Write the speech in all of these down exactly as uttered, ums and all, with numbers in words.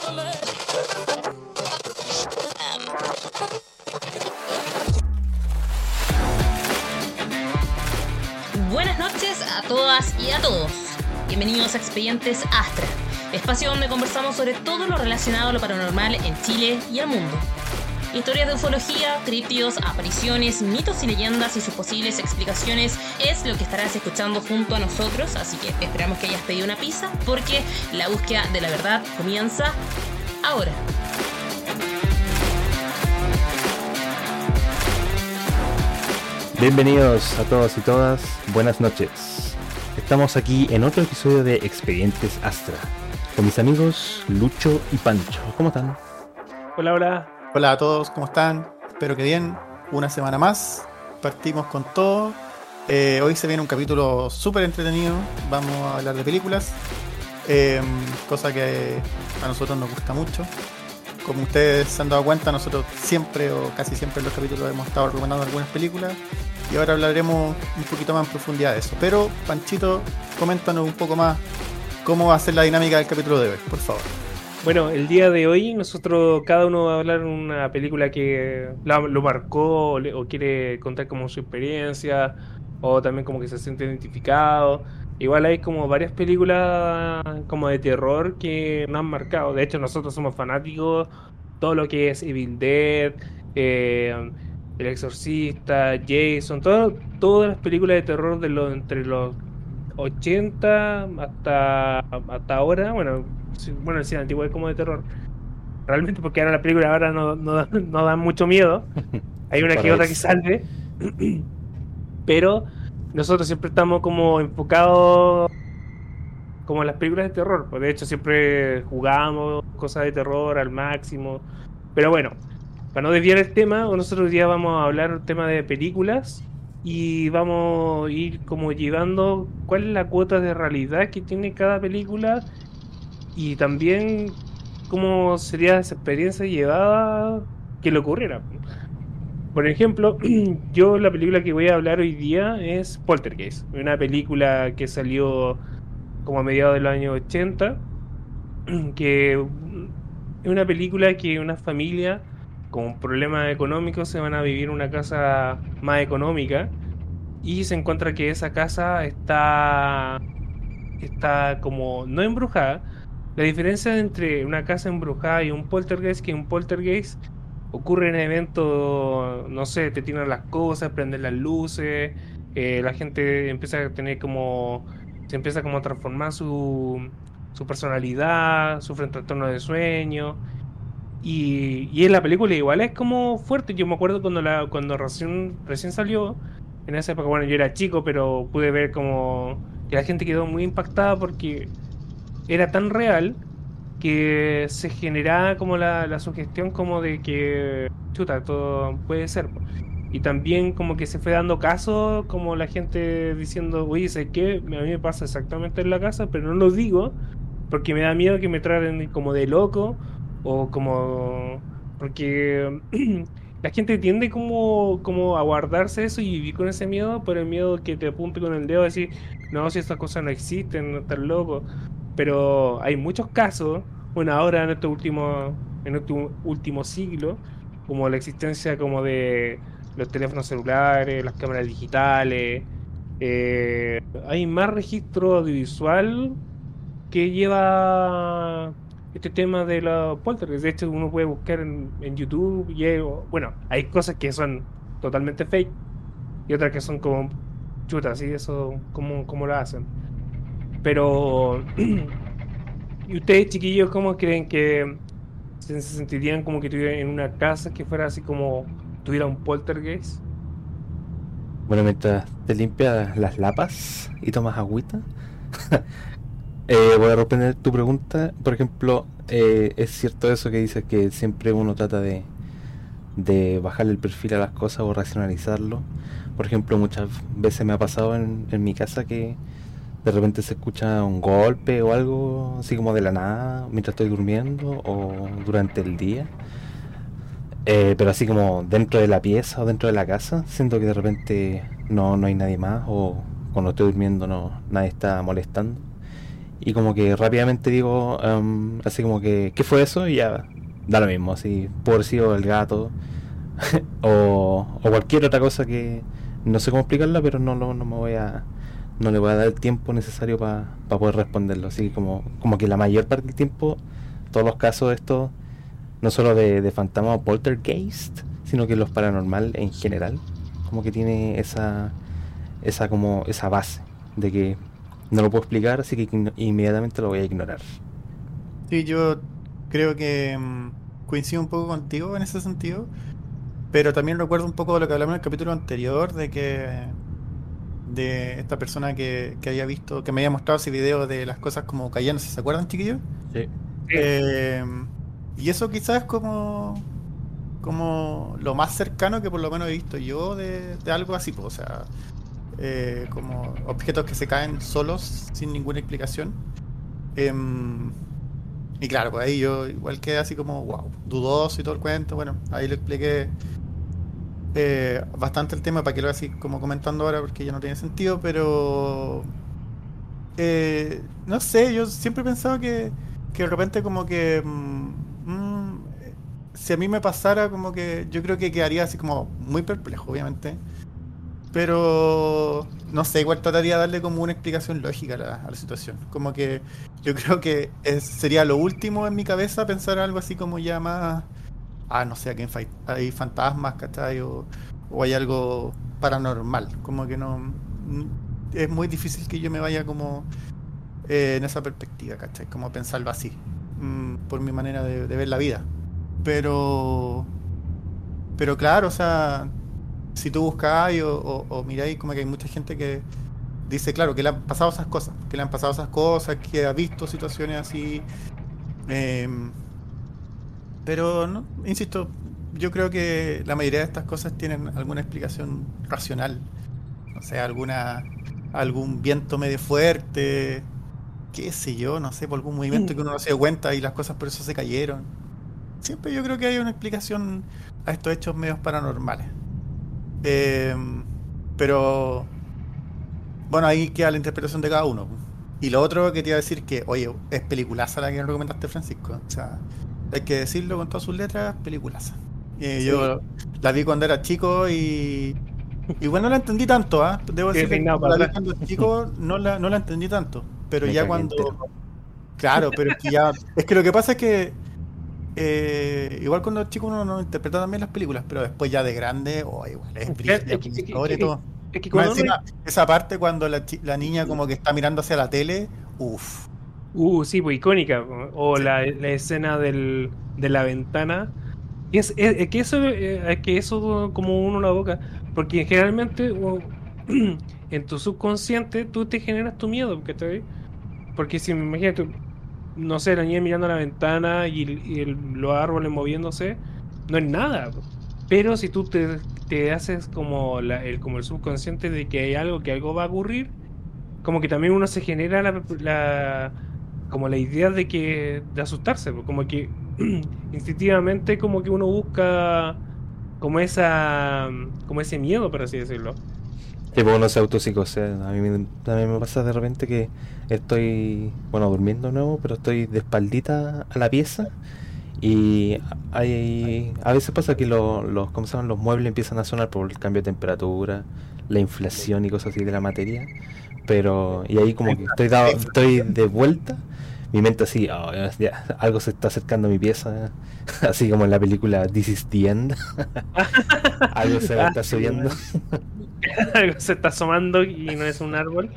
Buenas noches a todas y a todos. Bienvenidos a Expedientes Astra, espacio donde conversamos sobre todo lo relacionado a lo paranormal en Chile y el mundo. Historias de ufología, críptidos, apariciones, mitos y leyendas y sus posibles explicaciones es lo que estarás escuchando junto a nosotros, así que esperamos que hayas pedido una pizza porque la búsqueda de la verdad comienza ahora. Bienvenidos a todos y todas, buenas noches. Estamos aquí en otro episodio de Expedientes Astra, con mis amigos Lucho y Pancho. ¿Cómo están? Hola, hola. Hola a todos, ¿cómo están? Espero que bien. Una semana más, partimos con todo. Eh, hoy se viene un capítulo súper entretenido. Vamos a hablar de películas, eh, cosa que a nosotros nos gusta mucho. Como ustedes se han dado cuenta, nosotros siempre o casi siempre en los capítulos hemos estado recomendando algunas películas y ahora hablaremos un poquito más en profundidad de eso. Pero, Panchito, coméntanos un poco más cómo va a ser la dinámica del capítulo de hoy, por favor. Bueno, el día de hoy nosotros, cada uno va a hablar una película que la- lo marcó o, le- o quiere contar como su experiencia o también como que se siente identificado. Igual hay como varias películas como de terror que nos han marcado. De hecho, nosotros somos fanáticos, todo lo que es Evil Dead, eh, El Exorcista, Jason, todo, todas las películas de terror de los entre los ochenta hasta, hasta ahora. Bueno, sí, bueno, el cine antiguo es como de terror. Realmente porque ahora la película ahora no, no, da- no dan mucho miedo. Hay una que otra que salve. Pero nosotros siempre estamos como enfocados como en las películas de terror. Pues de hecho siempre jugamos cosas de terror al máximo. Pero bueno, para no desviar el tema, nosotros hoy día vamos a hablar un tema de películas y vamos a ir como llevando cuál es la cuota de realidad que tiene cada película y también cómo sería esa experiencia llevada que le ocurriera. Por ejemplo, yo la película que voy a hablar hoy día es Poltergeist, una película que salió como a mediados de los años ochenta, que mm, es una película que una familia con problemas económicos se van a vivir en una casa más económica y se encuentra que esa casa está, está como no embrujada. La diferencia entre una casa embrujada y un poltergeist es que un poltergeist ocurre en eventos, no sé, te tiran las cosas, prenden las luces, eh, la gente empieza a tener como, se empieza como a transformar su, su personalidad, sufren trastornos de sueño. Y, y en la película igual es como fuerte. Yo me acuerdo cuando la, cuando recién, recién salió, en esa época, bueno, yo era chico, pero pude ver como que la gente quedó muy impactada porque era tan real que se generaba como la, la sugestión como de que, chuta, todo puede ser, po. Y también como que se fue dando caso, como la gente diciendo, oye, ¿sabes qué? A mí me pasa exactamente en la casa, pero no lo digo porque me da miedo que me traten como de loco o como... Porque la gente tiende como, como a guardarse eso y vivir con ese miedo por el miedo que te apunte con el dedo y decir, no, si estas cosas no existen, no estás loco. Pero hay muchos casos, bueno, ahora en este último, en este u- último siglo, como la existencia como de los teléfonos celulares, las cámaras digitales, eh, hay más registro audiovisual que lleva este tema de los poltergeist. De hecho, uno puede buscar en, en YouTube y hay- bueno, hay cosas que son totalmente fake y otras que son como chutas, ¿sí? Eso, ¿cómo, cómo lo hacen? Pero, ¿y ustedes, chiquillos, cómo creen que se, se sentirían como que estuvieran en una casa que fuera así como tuviera un poltergeist? Bueno, mientras te limpias las lapas y tomas agüita, eh, voy a responder tu pregunta. Por ejemplo, eh, es cierto eso que dices que siempre uno trata de, de bajarle el perfil a las cosas o racionalizarlo. Por ejemplo, muchas veces me ha pasado en, en mi casa que de repente se escucha un golpe o algo así como de la nada mientras estoy durmiendo o durante el día. Eh, pero así como dentro de la pieza o dentro de la casa, siento que de repente no, no hay nadie más o cuando estoy durmiendo no nadie está molestando. y como que rápidamente digo, um, así como que, ¿qué fue eso? Y ya da lo mismo, así, por si o el gato, o, o cualquier otra cosa que no sé cómo explicarla, pero no, no, no me voy a, no le voy a dar el tiempo necesario para pa poder responderlo. Así como, como que la mayor parte del tiempo, todos los casos de estos, no solo de, de fantasma o poltergeist, sino que los paranormal en general, como que tiene esa, esa como esa base de que no lo puedo explicar, así que ign- inmediatamente lo voy a ignorar. Sí, yo creo que mm, coincido un poco contigo en ese sentido, pero también recuerdo un poco de lo que hablamos en el capítulo anterior, de que de esta persona que, que había visto, que me había mostrado ese video de las cosas como cayéndose, ¿se acuerdan, chiquillos? Sí. Sí. Eh, y eso quizás es como, como lo más cercano que por lo menos he visto yo de, de algo así, pues, o sea, eh, como objetos que se caen solos sin ninguna explicación. Em, y claro, pues ahí yo igual quedé así como, wow, dudoso y todo el cuento. Bueno, ahí le expliqué eh, bastante el tema para que lo haga así como comentando ahora porque ya no tiene sentido, pero eh, no sé, yo siempre he pensado que, que de repente como que mm, mm, eh, si a mí me pasara como que yo creo que quedaría así como muy perplejo, obviamente. Pero no sé, igual trataría de darle como una explicación lógica a la, a la situación. Como que yo creo que es- sería lo último en mi cabeza pensar algo así como ya más, ah, no sé, aquí hay, fa- hay fantasmas, ¿cachai? O, o hay algo paranormal. Como que no, n- es muy difícil que yo me vaya como eh, en esa perspectiva, ¿cachai? Como pensarlo así, mm, por mi manera de, de ver la vida. Pero, pero claro, o sea, si tú buscáis o, o, o miráis, como que hay mucha gente que dice, claro, que le han pasado esas cosas, que le han pasado esas cosas, que ha visto situaciones así. em, pero, no, insisto, yo creo que la mayoría de estas cosas tienen alguna explicación racional. O sea, alguna, algún viento medio fuerte, qué sé yo, no sé, por algún movimiento que uno no se dio cuenta y las cosas por eso se cayeron. Siempre yo creo que hay una explicación a estos hechos medios paranormales. Em, pero bueno, ahí queda la interpretación de cada uno. Y lo otro que te iba a decir que, oye, es peliculaza la que nos recomendaste, Francisco. O sea, hay que decirlo con todas sus letras, peliculaza. Eh, Sí. yo la vi cuando era chico y igual no la entendí tanto, ¿ah? Debo Sí, decir que peinado cuando para la vi atrás. cuando chico no la, no la entendí tanto. Pero Me ya cagué cuando... entero. Claro, pero es que ya... Es que lo que pasa es que eh, igual cuando chico uno no interpreta también las películas, pero después ya de grande, oh, igual es Es brígida, que, pues, la es que- historia y todo. es que Y más cuando uno... encima, esa parte cuando la, chi- la niña como que está mirando hacia la tele, uff. Uh, sí, pues icónica. po. O Sí. la, la escena del, de la ventana. Y es, es- es que eso, eh, es que eso como uno la boca. Porque generalmente o- en tu subconsciente tú te generas tu miedo, ¿cachai? Porque si me imagínate, no sé, la niña mirando a la ventana y, el- y el- los árboles moviéndose, no es nada. po. Pero si tú te, te haces como, la, el, como el subconsciente de que hay algo, que algo va a ocurrir, como que también uno se genera la, la- como la idea de que de asustarse, pues, como que instintivamente como que uno busca como esa como ese miedo, por así decirlo. Tipo, uno se autopsicosea. A mí me- también me pasa de repente que estoy, bueno, durmiendo de nuevo, pero estoy de espaldita a la pieza. Y hay, a veces pasa que lo- los, ¿cómo se llaman? Los muebles empiezan a sonar por el cambio de temperatura, la inflación y cosas así de la materia. Pero, y ahí como que estoy dado, estoy de vuelta, mi mente así, "Oh, ya, algo se está acercando a mi pieza", así como en la película This is the End, algo se me Ah, está sí, subiendo. algo se está asomando y no es un árbol.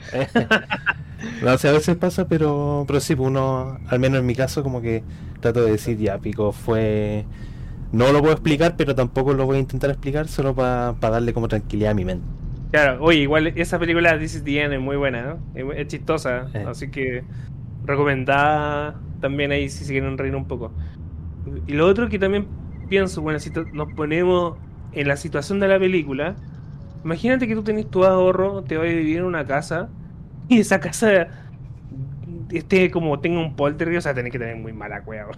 No sé, a veces pasa, pero, pero sí, pues uno, al menos en mi caso, como que trato de decir, ya, pico, fue... No lo puedo explicar, pero tampoco lo voy a intentar explicar, solo para darle como tranquilidad a mi mente. Claro, oye, igual esa película This is the End es muy buena, ¿no? Es, muy- es chistosa, Eh, así que recomendada también ahí si se quieren reír un poco. Y lo otro que también pienso, bueno, si to- nos ponemos en la situación de la película, imagínate que tú tenés tu ahorro, te vas a vivir en una casa y esa casa esté como tenga un poltergeist, o sea, tenés que tener muy mala cueva.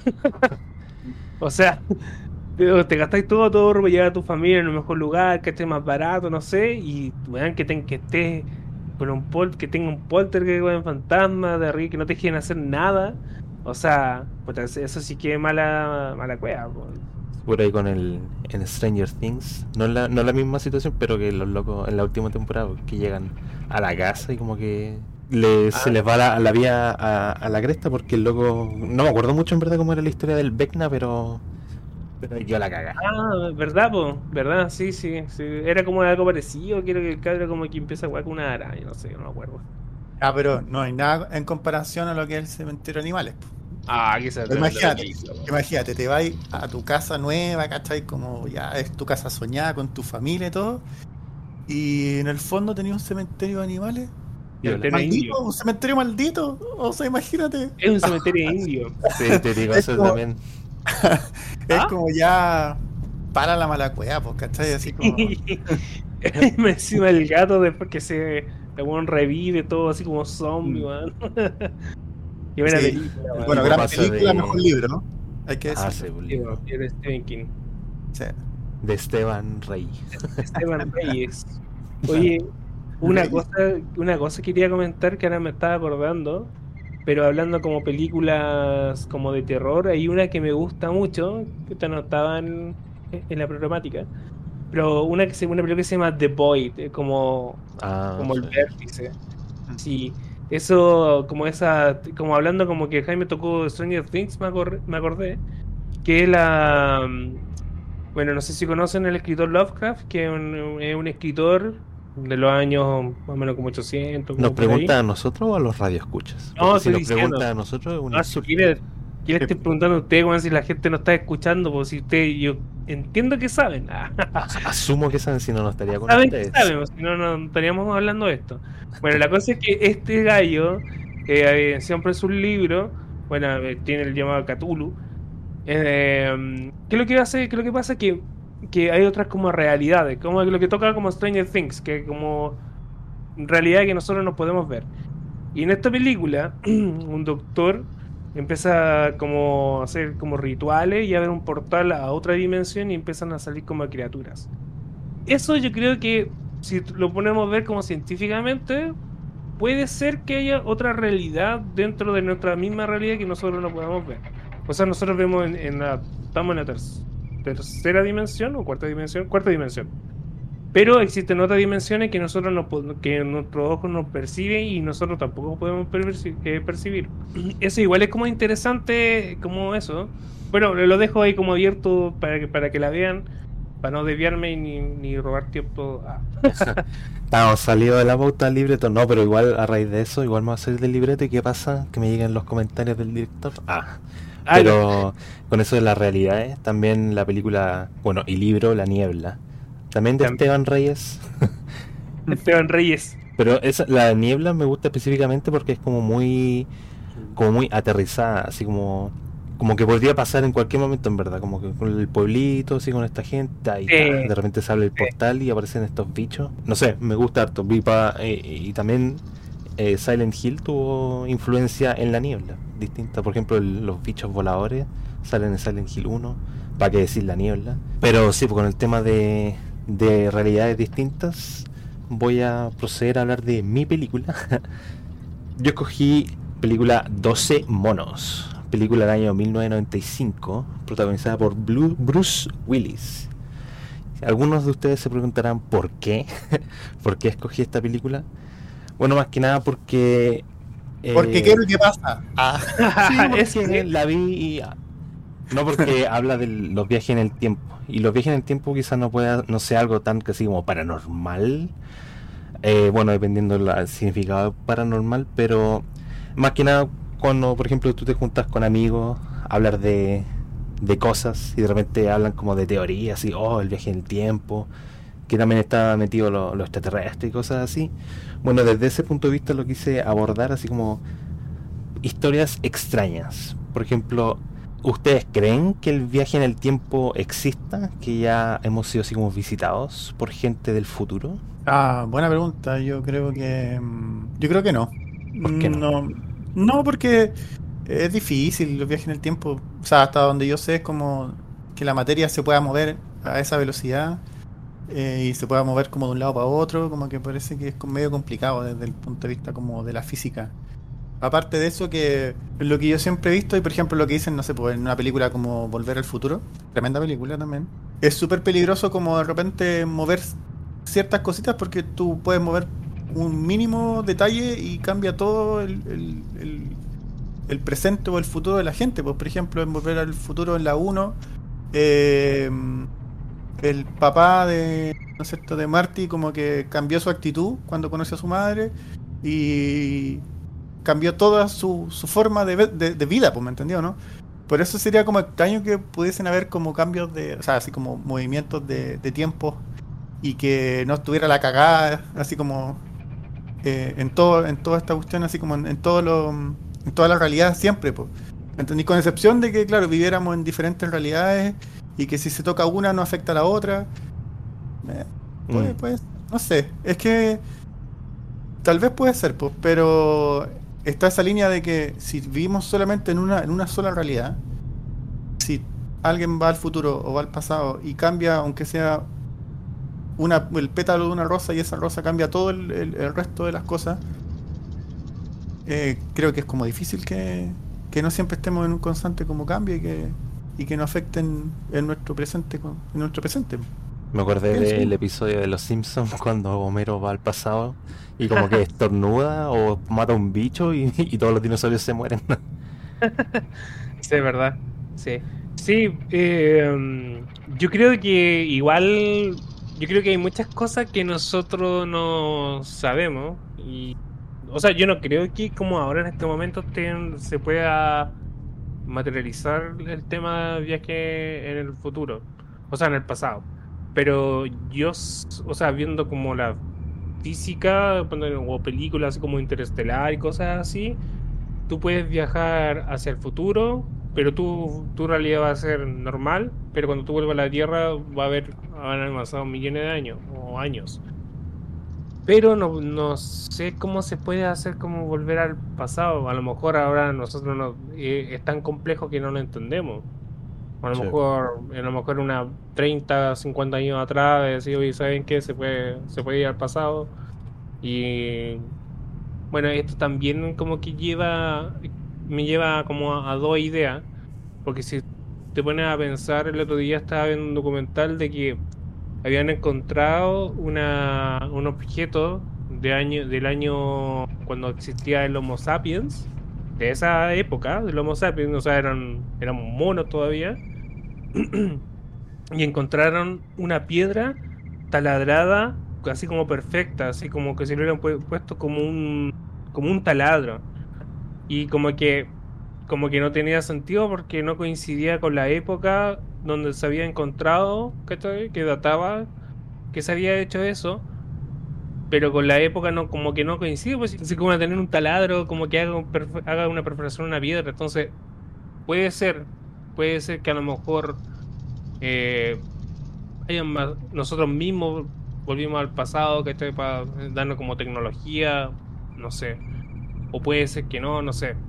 O sea, te, te gastáis todo tu ahorro para llevar a tu familia en un mejor lugar, que esté más barato, no sé, y weón, que, ten, que estés con un pol que tenga un polter que en fantasma de arriba que no te dejen hacer nada. O sea, pues eso sí que es mala, mala cueva, pues. Por ahí con el en Stranger Things, no es la, no es la misma situación, pero que los locos en la última temporada que llegan a la casa y como que le, ah. se les va la, la vía a, a la cresta porque el loco, no me acuerdo mucho en verdad cómo era la historia del Vecna, pero pero yo la caga. Ah, verdad, po, verdad, sí, sí, sí, era como algo parecido, quiero que el cabro como que empieza a jugar con una araña, no sé, no me acuerdo. Ah, pero no hay nada en comparación a lo que es el cementerio de animales. Ah, que se imagínate, imagínate, te vas a tu casa nueva, ¿cachai? Como ya es tu casa soñada con tu familia y todo. Y en el fondo tenías un cementerio de animales. ¿Maldito? ¿Un cementerio maldito? O sea, imagínate. Es un cementerio indio. Sí, te digo eso como, también. Es ¿Ah? como ya para la mala cueva, pues, ¿cachai? Así como. Encima el gato después que se el revive todo así como zombie, man. Qué buena sí. película, man. Bueno, gran película, de... mejor libro, ¿no? Hay que decir. Ah, sí, sí, de Stephen King. Sí. De Esteban Rey. Esteban Reyes. Oye, una cosa, una cosa quería comentar que ahora me estaba acordando, pero hablando como películas como de terror, hay una que me gusta mucho, que esta no estaba en, en la programática, pero una que se, una película que se llama The Void, como, ah, como sí. el vértice. Sí, eso, como esa, como hablando como que Jaime tocó Stranger Things, me acordé, me acordé que la, bueno, no sé si conocen el escritor Lovecraft, que es un, es un escritor de los años más o menos como ochocientos. Como ¿Nos pregunta a nosotros o a los radioescuchas? No, si nos diciendo, pregunta a nosotros es un no, insulto. si quiere, quiere estar preguntando a usted, bueno, si la gente no está escuchando, pues si usted, yo entiendo que saben. Asumo que saben, si no, no estaría con saben ustedes. Que saben, si no, no estaríamos hablando de esto. Bueno, la cosa es que este gallo, que eh, siempre es un libro, bueno, eh, tiene el llamado Cthulhu. Eh, ¿Qué es lo que hace? ¿Qué es lo que pasa? Que, que hay otras como realidades, como lo que toca como Stranger Things, que como realidad que nosotros no podemos ver. Y en esta película, un doctor empieza como a hacer como rituales y a ver un portal a otra dimensión y empiezan a salir como criaturas. Eso yo creo que si lo ponemos a ver como científicamente, puede ser que haya otra realidad dentro de nuestra misma realidad que nosotros no podemos ver. O sea, nosotros vemos en, en la, estamos en la ter tercera dimensión o cuarta dimensión, cuarta dimensión. Pero existen otras dimensiones que nosotros no, que nuestros ojos no perciben y nosotros tampoco podemos percibir. Eso igual es como interesante, como eso. Bueno, lo dejo ahí como abierto para que para que la vean, para no desviarme ni, ni robar tiempo. Ah. Estamos salidos de la pauta del libreto, no, pero igual a raíz de eso, igual me va a salir del libreto. ¿Y qué pasa? Que me lleguen los comentarios del director. Ah, pero con eso de las realidades, también la película, bueno, y libro La Niebla, también de Esteban Reyes. Esteban Reyes. Pero esa, la Niebla me gusta específicamente porque es como muy, como muy aterrizada, así como, como que podría pasar en cualquier momento, en verdad, como que con el pueblito, así con esta gente, ahí eh, de repente sale el portal y aparecen estos bichos. No sé, me gusta harto. Vipa, eh, y también eh, Silent Hill tuvo influencia en La Niebla, distinta. Por ejemplo, el, los bichos voladores salen en Silent Hill uno, para qué decir La Niebla. Pero sí, pues con el tema de, de realidades distintas, voy a proceder a hablar de mi película. Yo escogí película doce monos, película del año mil novecientos noventa y cinco, protagonizada por Blue, Bruce Willis. Algunos de ustedes se preguntarán por qué, por qué escogí esta película. Bueno, más que nada porque... Eh... Porque ¿qué es lo que pasa? Ah. Sí, es que la vi y... No, porque habla de los viajes en el tiempo. Y los viajes en el tiempo quizás no pueda, no sea algo tan casi como paranormal. Eh, bueno, dependiendo del significado paranormal, pero más que nada cuando, por ejemplo, tú te juntas con amigos a hablar de, de cosas y de repente hablan como de teorías y, oh, el viaje en el tiempo, que también está metido lo, lo extraterrestre y cosas así. Bueno, desde ese punto de vista lo quise abordar así como historias extrañas. Por ejemplo, ¿ustedes creen que el viaje en el tiempo exista? ¿Que ya hemos sido así como visitados por gente del futuro? Ah, buena pregunta. Yo creo que... Yo creo que no. ¿Por qué no? No, no, porque es difícil los viajes en el tiempo. O sea, hasta donde yo sé es como que la materia se pueda mover a esa velocidad. eh, y se pueda mover como de un lado para otro, como que parece que es como medio complicado desde el punto de vista como de la física. Aparte de eso, que lo que yo siempre he visto, y por ejemplo lo que dicen, no sé, pues en una película como Volver al Futuro, tremenda película también, es súper peligroso como de repente mover ciertas cositas porque tú puedes mover un mínimo detalle y cambia todo el, el, el, el presente o el futuro de la gente. Pues por ejemplo en Volver al Futuro en la uno, eh, el papá de, ¿no es cierto?, de Marty como que cambió su actitud cuando conoció a su madre y cambió toda su, su forma de, de, de vida, pues, ¿me entendió, no? Por eso sería como extraño que pudiesen haber como cambios de, o sea, así como movimientos de, de tiempo y que no estuviera la cagada, así como eh, en todo, en toda esta cuestión, así como en, en todo lo, en toda la realidad siempre, pues. ¿Entendí? Con excepción de que, claro, viviéramos en diferentes realidades y que si se toca una no afecta a la otra. Eh, pues, Mm. pues, no sé, es que tal vez puede ser, pues, pero está esa línea de que si vivimos solamente en una, en una sola realidad, si alguien va al futuro o va al pasado y cambia, aunque sea una, el pétalo de una rosa y esa rosa cambia todo el, el, el resto de las cosas, eh, creo que es como difícil que, que no siempre estemos en un constante como cambio y que, y que no afecten en nuestro presente, en nuestro presente. Me acordé Pienso. del episodio de Los Simpsons cuando Homero va al pasado y como que estornuda o mata a un bicho y, y todos los dinosaurios se mueren. Sí, es verdad. Sí. Sí, eh, yo creo que igual, yo creo que hay muchas cosas que nosotros no sabemos. Y, o sea, yo no creo que como ahora en este momento ten- se pueda materializar el tema de viaje en el futuro, o sea, en el pasado. Pero yo, s- o sea, viendo como la física, poner- o películas así como Interestelar y cosas así, tú puedes viajar hacia el futuro, pero tu, tu realidad va a ser normal, pero cuando tú vuelvas a la Tierra va a haber, han avanzado millones de años o años. Pero no, no sé cómo se puede hacer como volver al pasado. A lo mejor ahora nosotros no, eh, es tan complejo que no lo entendemos. A lo Sí. mejor, a lo mejor una treinta cincuenta años atrás, decir, oye, ¿saben qué? Se puede, se puede ir al pasado. Y bueno, esto también como que lleva, me lleva como a, a dos ideas, porque si te pones a pensar, el otro día estaba viendo un documental de que habían encontrado una, un objeto de año, del año cuando existía el Homo sapiens, de esa época, del Homo sapiens, o sea, eran, eran monos todavía, y encontraron una piedra taladrada, así como perfecta, así como que se le hubieran pu- puesto como un, como un taladro. Y como que, como que no tenía sentido porque no coincidía con la época donde se había encontrado, ¿cachai? Que databa que se había hecho eso, pero con la época no, como que no coincide, pues así como a tener un taladro, como que haga, un perf- haga una perforación en una piedra. Entonces, puede ser, puede ser que a lo mejor eh, hayan más- nosotros mismos volvimos al pasado, ¿cachai? Para darnos como tecnología, no sé. O puede ser que no, no sé.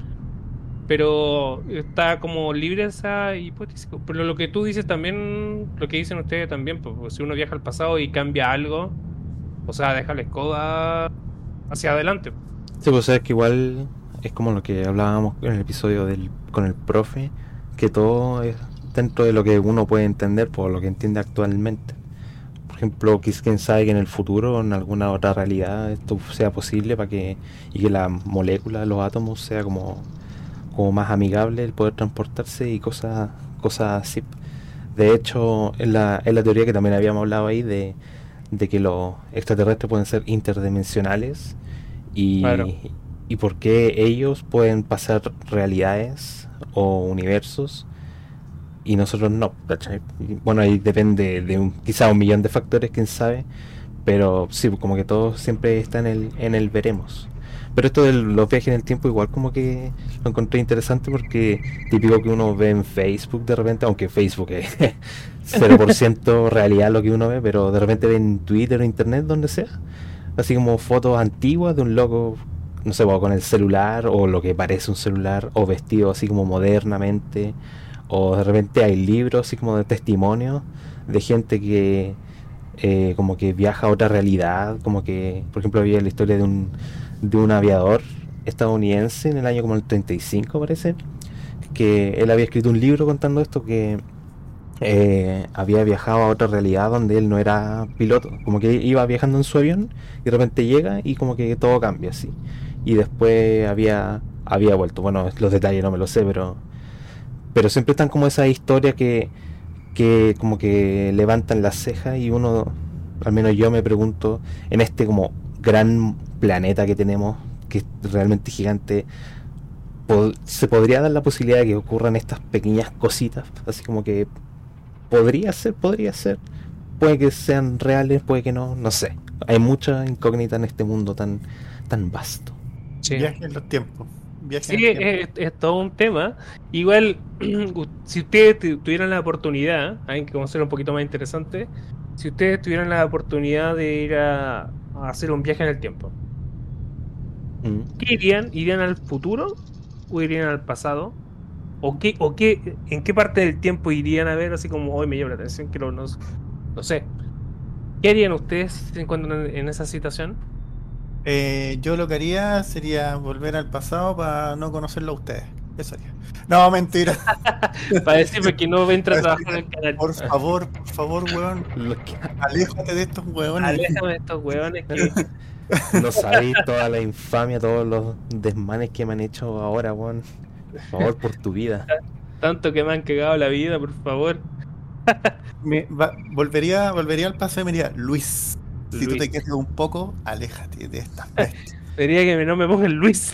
Pero está como libre esa hipótesis. Pero lo que tú dices también, lo que dicen ustedes también, pues, pues, si uno viaja al pasado y cambia algo, o sea, deja la escoba hacia adelante. Sí, pues es que igual es como lo que hablábamos en el episodio del, con el profe, que todo es dentro de lo que uno puede entender, por lo que entiende actualmente. Por ejemplo, quis- quién sabe que en el futuro, en alguna otra realidad, esto sea posible para que y que la molécula, los átomos, sea como, como más amigable el poder transportarse y cosas cosas así. De hecho, en la, en la teoría que también habíamos hablado ahí de, de que los extraterrestres pueden ser interdimensionales Claro. y, y por qué ellos pueden pasar realidades o universos y nosotros no, ¿cachai? Y bueno, ahí depende de un, quizá un millón de factores, quién sabe, pero sí, como que todo siempre está en el, en el veremos. Pero esto de los viajes en el tiempo igual como que lo encontré interesante porque típico que uno ve en Facebook de repente, aunque Facebook es cero por ciento realidad lo que uno ve, pero de repente ve en Twitter o Internet, donde sea, así como fotos antiguas de un loco, no sé, con el celular o lo que parece un celular o vestido así como modernamente, o de repente hay libros así como de testimonios de gente que eh, como que viaja a otra realidad, como que, por ejemplo, había la historia de un, de un aviador estadounidense en el año como el treinta y cinco parece, que él había escrito un libro contando esto, que eh, había viajado a otra realidad donde él no era piloto, como que iba viajando en su avión y de repente llega y como que todo cambia así, y después había había vuelto. Bueno, los detalles no me lo sé, pero pero siempre están como esas historias que que como que levantan las cejas, y uno, al menos yo me pregunto, en este como gran planeta que tenemos, que es realmente gigante, pod- se podría dar la posibilidad de que ocurran estas pequeñas cositas, así como que podría ser, podría ser, puede que sean reales, puede que no, no sé. Hay mucha incógnita en este mundo tan tan vasto. Sí. Viaje en los tiempos. Viaje Sí, en el tiempo. es, es todo un tema. Igual, si ustedes tu- tuvieran la oportunidad, hay que conocer un poquito más interesante, si ustedes tuvieran la oportunidad de ir a, a hacer un viaje en el tiempo, Mm. ¿qué irían? ¿Irían al futuro o irían al pasado? ¿O qué, o qué, en qué parte del tiempo irían a ver? Así como, hoy me llama la atención, quiero, no, no sé. ¿Qué harían ustedes si se encuentran en, en esa situación? Eh, yo lo que haría sería volver al pasado para no conocerlo a ustedes. Eso haría. No, mentira. Para decirme que no entra a trabajar en el canal. Por favor, por favor, weón. Lo que Aléjate de estos weones. Aléjame de estos huevones que... no sabéis toda la infamia, todos los desmanes que me han hecho ahora, weón. Por favor, por tu vida. Tanto que me han cagado la vida, por favor. Me va- volvería, volvería al pasado y me diría, Luis, si tú Luis. te quieres un poco, aléjate de estas bestias. Sería que me- no me pongan Luis.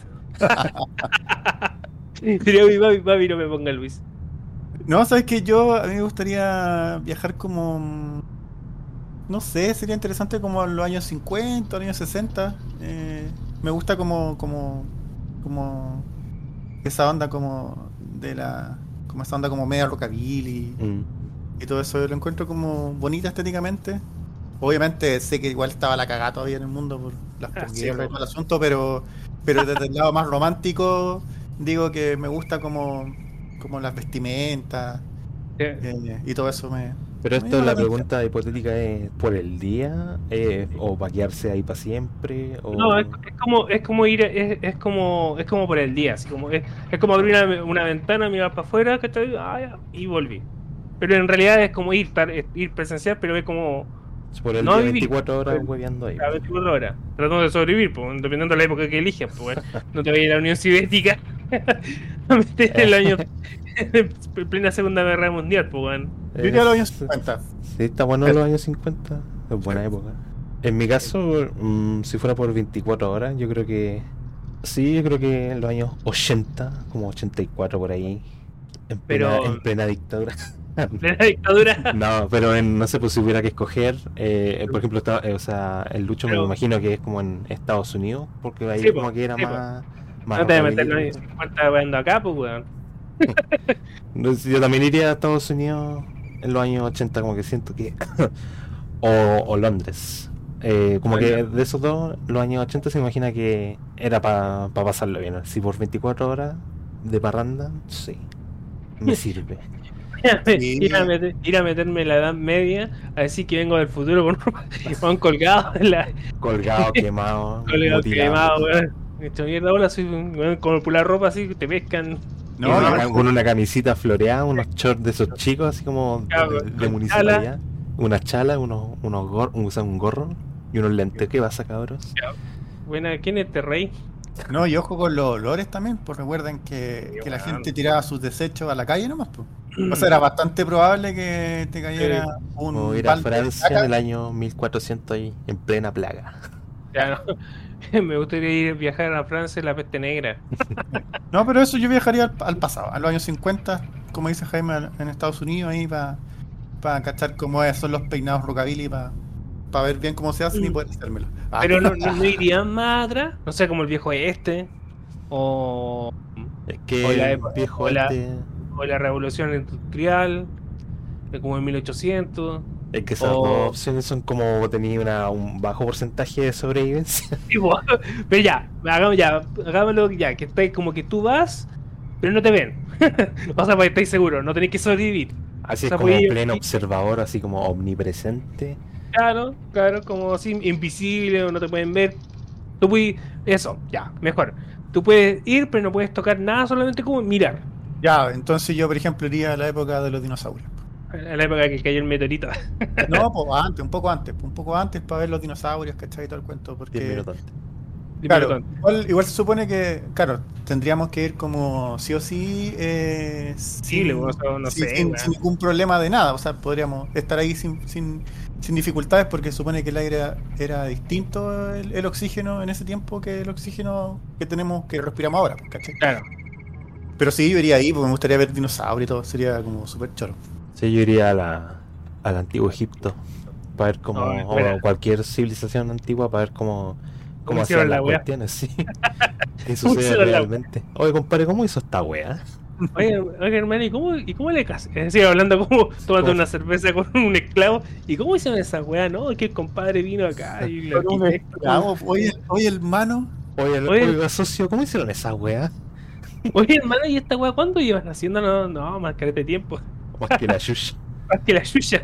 Sería mi papi, papi, no me ponga Luis. No, sabes que yo a mí me gustaría viajar como, mm, no sé, sería interesante como a los años cincuenta, años sesenta. Eh, me gusta como, como, como esa onda como de la, como esa onda como media rockabilly Mm. y todo eso. Lo encuentro como bonita estéticamente. Obviamente sé que igual estaba la cagada todavía en el mundo por las Ah, sí, posguerras y po. todo el asunto, pero, pero desde el lado más romántico digo que me gusta como, como las vestimentas. Eh, y todo eso me... Pero me esto, llama la atención. pregunta hipotética es por el día, eh, o para quedarse ahí para siempre, o... No, es, es como, es como ir, es, es como, es como por el día, así como, es, es como abrir una, una ventana, mirar para afuera, ¿cachai? Ah, ya, y volví. Pero en realidad es como ir, estar, es ir presencial, pero es como por el no día vivir, veinticuatro horas pues, hueveando ahí. a veinticuatro horas, tratando de sobrevivir, pues, dependiendo de la época que elijan, pues, no te vayas a ir a la Unión Soviética a meter el año en plena Segunda Guerra Mundial, pues, weón. Yo iría a los años Es- cincuenta. Sí, está bueno los años cincuenta, es buena época. En mi caso, mm, si fuera por veinticuatro horas, yo creo que... Sí, yo creo que en los años ochenta, como ochenta y cuatro por ahí, en plena, Pero- en plena dictadura. Plena dictadura. No, pero en, no sé, pues si hubiera que escoger, eh, por ejemplo, está- eh, o sea, el Lucho me Pero- lo imagino que es como en Estados Unidos, porque ahí Sí, como po, que era sí, po. más... más No te voy a meter rockabilly. en cincuenta weando acá, pues, weón. No sé, yo también iría a Estados Unidos en los años ochenta, como que siento que... o, o Londres. Eh, como que de esos dos, los años ochenta se imagina que era para pasarlo bien. Si por veinticuatro horas de parranda, sí, me sirve. Sí. Ir, a meter- ir a meterme en la Edad Media a decir que vengo del futuro con un colgado en la, Colgado, quemado, colgado mutilado. quemado, weón. Hecho mierda, hola, soy un weón con la ropa así, te pescan. No, Con no, una- con una camisita floreada, unos shorts de esos chicos, así como Claro, de, con de municipalidad, una chala, unos, unos gor, un, un gorro y unos lentes. ¿Qué pasa, cabros? Buena, ¿quién es este rey? no, y ojo con los olores también, pues recuerden que, Sí, que la weón. gente tiraba sus desechos a la calle nomás, pues. O sea, era bastante probable que te cayera Sí. un Como ir a balde de Francia caca. en el año mil cuatrocientos ahí, en plena plaga. Ya, no. Me gustaría ir viajar a Francia en la peste negra. No, pero eso yo viajaría al, al pasado, a los años cincuenta, como dice Jaime, al- en Estados Unidos, ahí para cachar cómo es- son los peinados rockabilly, para ver bien cómo se hacen y poder hacérmelo. Ah, Pero no, no, no irían más atrás, no sé, como el viejo este, o, Es que O la el epo- viejo o la- este, o la revolución industrial, eh, como en mil ochocientos. es que esas o- dos opciones son como tenía una, un bajo porcentaje de sobrevivencia. Tipo, pero ya, hagamos ya, hagámoslo ya, que estáis como que tú vas, pero no te ven. O sea, pues estáis seguros, no tenéis que sobrevivir. Así O sea, es como podía- pleno observador, así como omnipresente. Claro, claro, como así, invisible, o no te pueden ver. Tú puedes, eso, ya, mejor. Tú puedes ir, pero no puedes tocar nada, solamente como mirar. Ya, entonces yo, por ejemplo, iría a la época de los dinosaurios. En la época que cayó el meteorito. No, pues antes, un poco antes, un poco antes para ver los dinosaurios, ¿cachai? Y todo el cuento, porque... diez minutos antes. Claro, igual, igual se supone que, claro, tendríamos que ir como sí o sí, eh, Sí, sin, luego, no, no sin, sé, sin- weón. sin ningún problema de nada. O sea, podríamos estar ahí sin, sin, sin dificultades porque se supone que el aire era, era distinto, el, el oxígeno en ese tiempo que el oxígeno que tenemos, que respiramos ahora, pues, ¿cachai? Claro. Pero sí, yo iría ahí porque me gustaría ver dinosaurios y todo, sería como súper choro. Sí, yo iría a la, al antiguo Egipto para ver cómo, Oh, o buena. cualquier civilización antigua para ver cómo, ¿Cómo cómo hicieron hacían la las wea? cuestiones, sí. ¿Qué ¿Cómo sucede hicieron la realmente? Oye, compadre, ¿cómo hizo esta wea? Oye, oye, hermano, ¿y cómo, ¿y cómo le casé? Es decir, hablando como tomando ¿Cómo? una cerveza con un esclavo. ¿Y cómo hicieron esa weá? No, que el compadre vino acá y lo Pero me- Bravo, Oye, oye, hermano, Oye, Oye. oiga, socio, ¿cómo hicieron esa wea? Oye, hermano, ¿y esta weá cuándo llevan haciendo? No, no, más carete de tiempo. Más que la yuya. Más que la suya.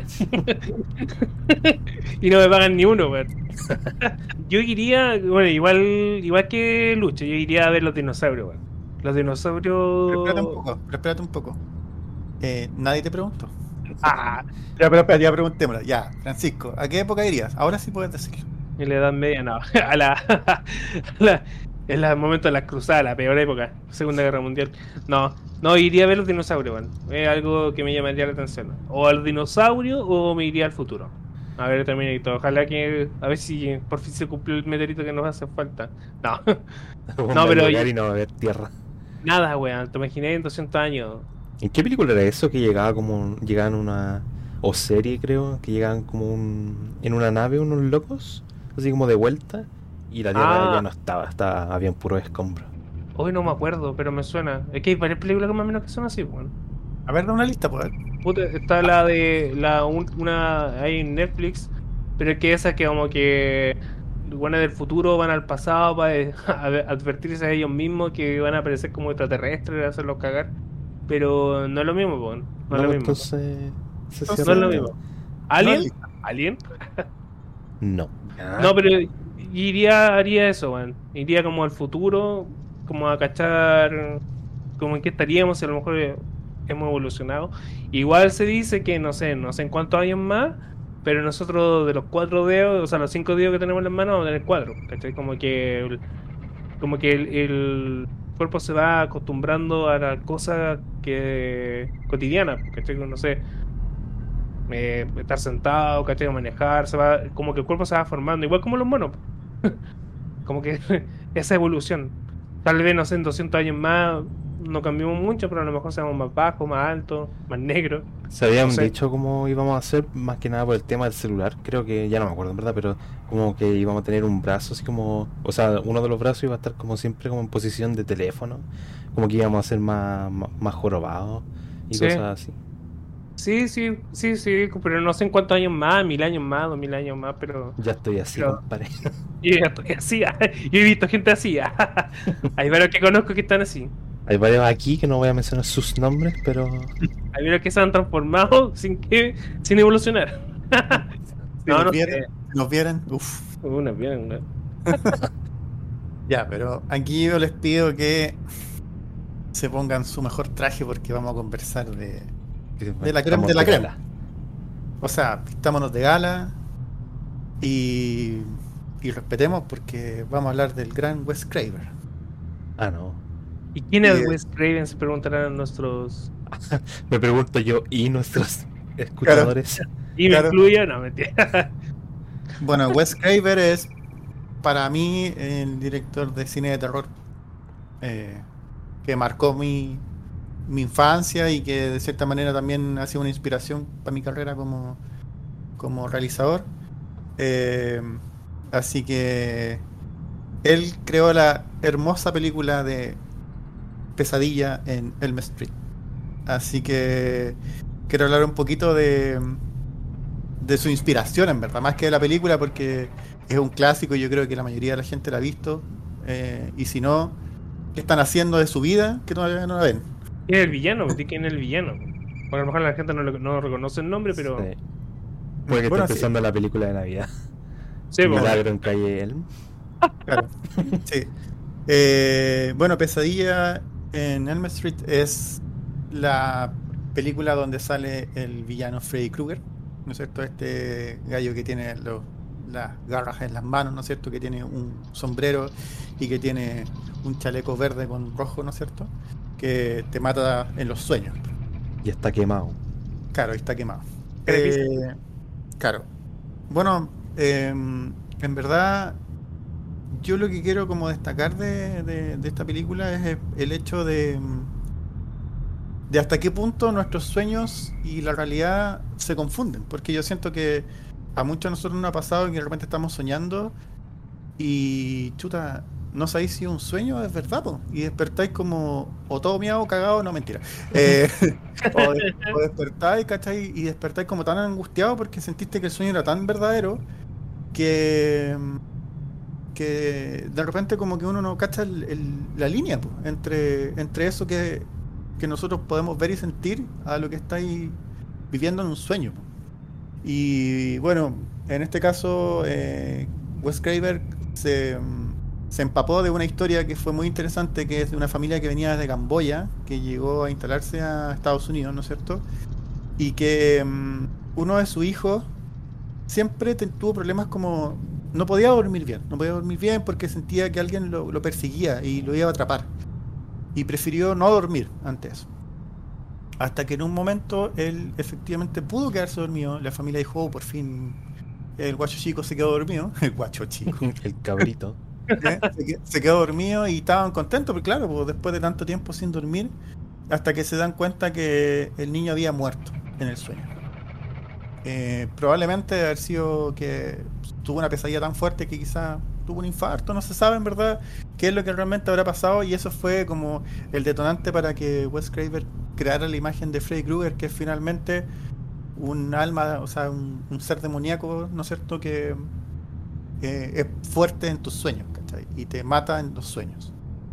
Y no me pagan ni uno, weón. Yo iría, bueno, igual igual que Lucho, yo iría a ver los dinosaurios, weón. Los pero dinosaurios. espérate un poco, pero espérate un poco. Eh, nadie te preguntó. Ah, Ya, pero espérate, ya preguntémosla. Ya, Francisco, ¿a qué época irías? Ahora sí puedes decirlo. en la Edad Media, no. A la. A la en el momento de las cruzadas, la peor época, Segunda Guerra Mundial. No, no, iría a ver los dinosaurios, weón. Es algo que me llamaría la atención. O a los dinosaurios o me iría al futuro. A ver, Terminator. Ojalá que. A ver si por fin se cumplió el meteorito que nos hace falta. No, Vamos No, a pero- llegar y no va a haber tierra. nada, weón. Te imaginé en doscientos años. ¿En qué película era eso que llegaba como un- llegaban una o serie creo que llegaban como un en una nave unos locos así como de vuelta y la tierra Ah. ya no estaba, estaba habían puros escombros. Hoy no me acuerdo, pero me suena. Es que hay varias películas que más o menos que son así, weón. A ver, da una lista, pues. Puta, está la de la un- una hay en Netflix, pero es que esa que como que los buenos del futuro van al pasado para eh, a- advertirse a ellos mismos que van a aparecer como extraterrestres y hacerlos cagar. Pero no es lo mismo, po, no es No, lo pues, mismo. entonces se No es cierra. lo mismo. ¿Alien? lista. ¿Alien? No. No, pero iría, haría eso, weón. Iría como al futuro, como a cachar como en qué estaríamos, si a lo mejor eh, hemos evolucionado. Igual se dice que no sé, no sé en cuántos años más, pero nosotros de los cuatro dedos, o sea, los cinco dedos que tenemos en las manos, vamos a tener cuatro, ¿cachai? Como que el, como que el, el cuerpo se va acostumbrando a las cosas que cotidianas, ¿cachai? No sé, eh, estar sentado, ¿cachai? Manejar, se va, como que el cuerpo se va formando, igual como los monos. Como que esa evolución. Tal vez, no sé, en doscientos años más no cambiamos mucho, pero a lo mejor seamos más bajos, más altos, más negros. Se habían no sé. dicho cómo íbamos a hacer más que nada por el tema del celular, creo que ya no me acuerdo en verdad, pero como que íbamos a tener un brazo así como, o sea, uno de los brazos iba a estar como siempre como en posición de teléfono, como que íbamos a ser más, más, más jorobados y Sí. cosas así. Sí, sí, sí, sí, pero no sé en cuántos años más, mil años más, dos mil años más, pero Ya estoy así, Pero- compadre. yo ya estoy así. Yo he visto gente así. Hay varios que conozco que están así. Hay varios aquí que no voy a mencionar sus nombres, pero Hay varios que se han transformado sin que, sin evolucionar. Si No, nos, no vieran, sé. si nos vieran, uff. Una bien, ¿no? Ya, pero aquí yo les pido que se pongan su mejor traje porque vamos a conversar de... De la crema, estamos de la crema. gala. O sea, vistámonos de gala y, y respetemos porque vamos a hablar del gran Wes Craven. Ah, no. ¿Y quién es Y, eh, Wes Craven? Se preguntarán nuestros. Me pregunto yo y nuestros escuchadores. ¿Y me Claro. incluyo? No, mentira. Bueno, Wes Craven es para mí el director de cine de terror eh, que marcó mi, mi infancia y que de cierta manera también ha sido una inspiración para mi carrera como, como realizador. Eh, así que él creó la hermosa película de Pesadilla en Elm Street. Así que quiero hablar un poquito de, de su inspiración, en verdad, más que de la película, porque es un clásico y yo creo que la mayoría de la gente la ha visto. Eh, y si no, ¿qué están haciendo de su vida que todavía no la ven? ¿Quién es el villano? ¿Quién es el villano? Porque a lo mejor la gente no, lo- no reconoce el nombre, pero. Sí. Puede que Bueno, estés sí, pensando en la película de Navidad. Sí, pues, Milagro en Calle Elm. claro. Sí. Eh, bueno, Pesadilla en Elm Street es la película donde sale el villano Freddy Krueger, ¿no es cierto? Este gallo que tiene los, las garras en las manos, ¿no es cierto? Que tiene un sombrero y que tiene un chaleco verde con rojo, ¿no es cierto? Que te mata en los sueños. Y está quemado. Claro, y está quemado. Creepy. Eh, claro. Bueno, em, en verdad, yo lo que quiero como destacar de, de- de esta película es el hecho de, mm, de hasta qué punto nuestros sueños y la realidad se confunden. Porque yo siento que a muchos de nosotros nos ha pasado que de repente estamos soñando y chuta, no sabéis si es un sueño o es verdad, po. Y despertáis como o todo miado, cagado, no mentira. Eh, o, de- o despertáis, ¿cachai? Y despertáis como tan angustiado porque sentiste que el sueño era tan verdadero que, que de repente como que uno no cacha el- el- la línea, po, entre, entre eso que, que nosotros podemos ver y sentir a lo que estáis viviendo en un sueño, po. Y bueno, en este caso, eh, Wes Craven se, mm, se empapó de una historia que fue muy interesante, que es de una familia que venía desde Camboya, que llegó a instalarse a Estados Unidos, ¿no es cierto? Y que mm, uno de sus hijos siempre te- tuvo problemas como... No podía dormir bien, no podía dormir bien porque sentía que alguien lo, lo perseguía y lo iba a atrapar. Y prefirió no dormir ante eso. Hasta que en un momento él efectivamente pudo quedarse dormido. La familia dijo, oh, por fin el guacho chico se quedó dormido. El guacho chico. El cabrito. ¿eh? Se, que- se quedó dormido y estaban contentos, porque claro, pues, después de tanto tiempo sin dormir, hasta que se dan cuenta que el niño había muerto en el sueño. Eh, probablemente haber sido que tuvo una pesadilla tan fuerte que quizá tuvo un infarto, no se sabe en verdad qué es lo que realmente habrá pasado, y eso fue como el detonante para que Wes Craven creara la imagen de Freddy Krueger, que es finalmente un alma, o sea, un, un ser demoníaco, ¿no es cierto?, que eh, es fuerte en tus sueños, ¿cachai? Y te mata en los sueños.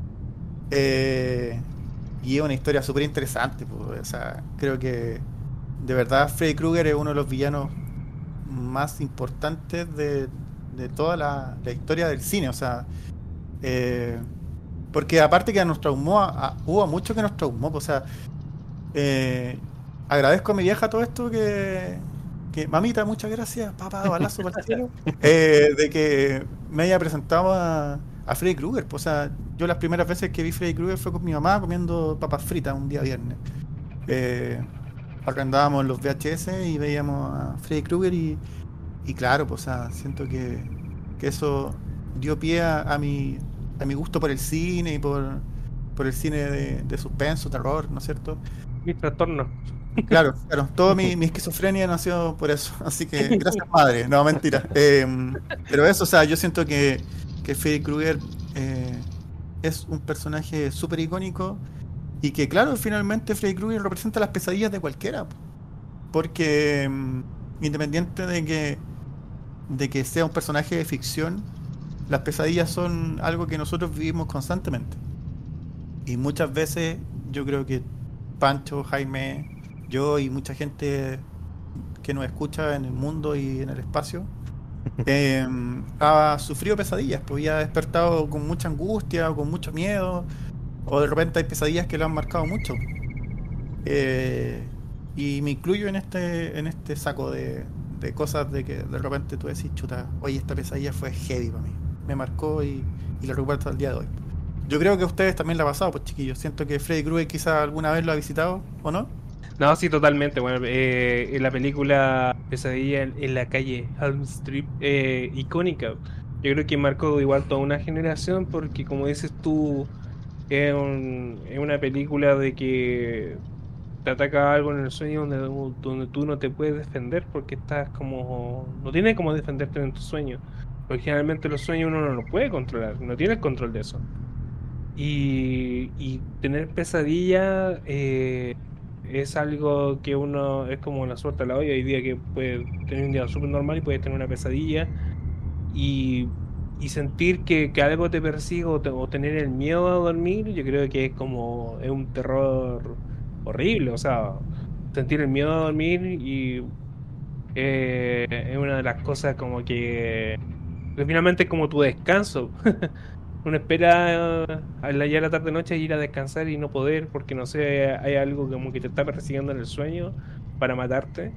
Eh, y es una historia súper interesante, pues, o sea, creo que de verdad Freddy Krueger es uno de los villanos más importantes de, de toda la, la historia del cine, o sea, eh, porque aparte que nos traumó, a- a- hubo mucho que nos traumó, pues, o sea, eh, agradezco a mi vieja todo esto que, que mamita, muchas gracias, papá, balazo para el cielo, eh, de que me haya presentado a, a Freddy Krueger, pues, o sea, yo las primeras veces que vi Freddy Krueger fue con mi mamá comiendo papas fritas un día viernes. Eh, Arrendábamos los V H S y veíamos a Freddy Krueger y, y claro, pues, o sea, siento que, que eso dio pie a, a mi, a mi gusto por el cine y por, por el cine de, de suspenso, terror, ¿no es cierto? Mi trastorno. Claro, claro, toda mi, mi esquizofrenia nació por eso, así que gracias madre, no, mentira. Eh, pero eso, o sea, yo siento que, que Freddy Krueger eh, es un personaje súper icónico y que claro, finalmente Freddy Krueger representa las pesadillas de cualquiera, po. Porque mm, independiente de que, de que sea un personaje de ficción, las pesadillas son algo que nosotros vivimos constantemente. Y muchas veces yo creo que Pancho, Jaime, yo y mucha gente que nos escucha en el mundo y en el espacio eh, ha sufrido pesadillas, pues, y ha despertado con mucha angustia o con mucho miedo, o de repente hay pesadillas que lo han marcado mucho. Eh, y me incluyo en este en este saco de, de cosas de que de repente tú decís, chuta, oye, esta pesadilla fue heavy para mí. Me marcó y, y la recuerdo hasta el día de hoy. Yo creo que a ustedes también la ha pasado, pues chiquillos. Siento que Freddy Krueger quizá alguna vez lo ha visitado, ¿o no? No, sí, totalmente. Bueno, eh, en la película Pesadilla en, en la calle Elm Street, eh, icónica. Yo creo que marcó igual toda una generación porque, como dices tú, es, un- es una película de que te ataca algo en el sueño donde, donde tú no te puedes defender porque estás como... No tienes como defenderte en tus sueños. Porque generalmente los sueños uno no los puede controlar, no tiene el control de eso. Y, y tener pesadilla eh, es algo que uno es como la suerte a la olla. Hay día que puede tener un día súper normal y puede tener una pesadilla y, y sentir que, que algo te persigue o, te- o tener el miedo a dormir. Yo creo que es como es un terror horrible. O sea, sentir el miedo a dormir y eh, es una de las cosas como que, que finalmente es como tu descanso. Uno espera eh, a la, ya la tarde noche ir a descansar y no poder porque no sé, hay algo como que te está persiguiendo en el sueño para matarte.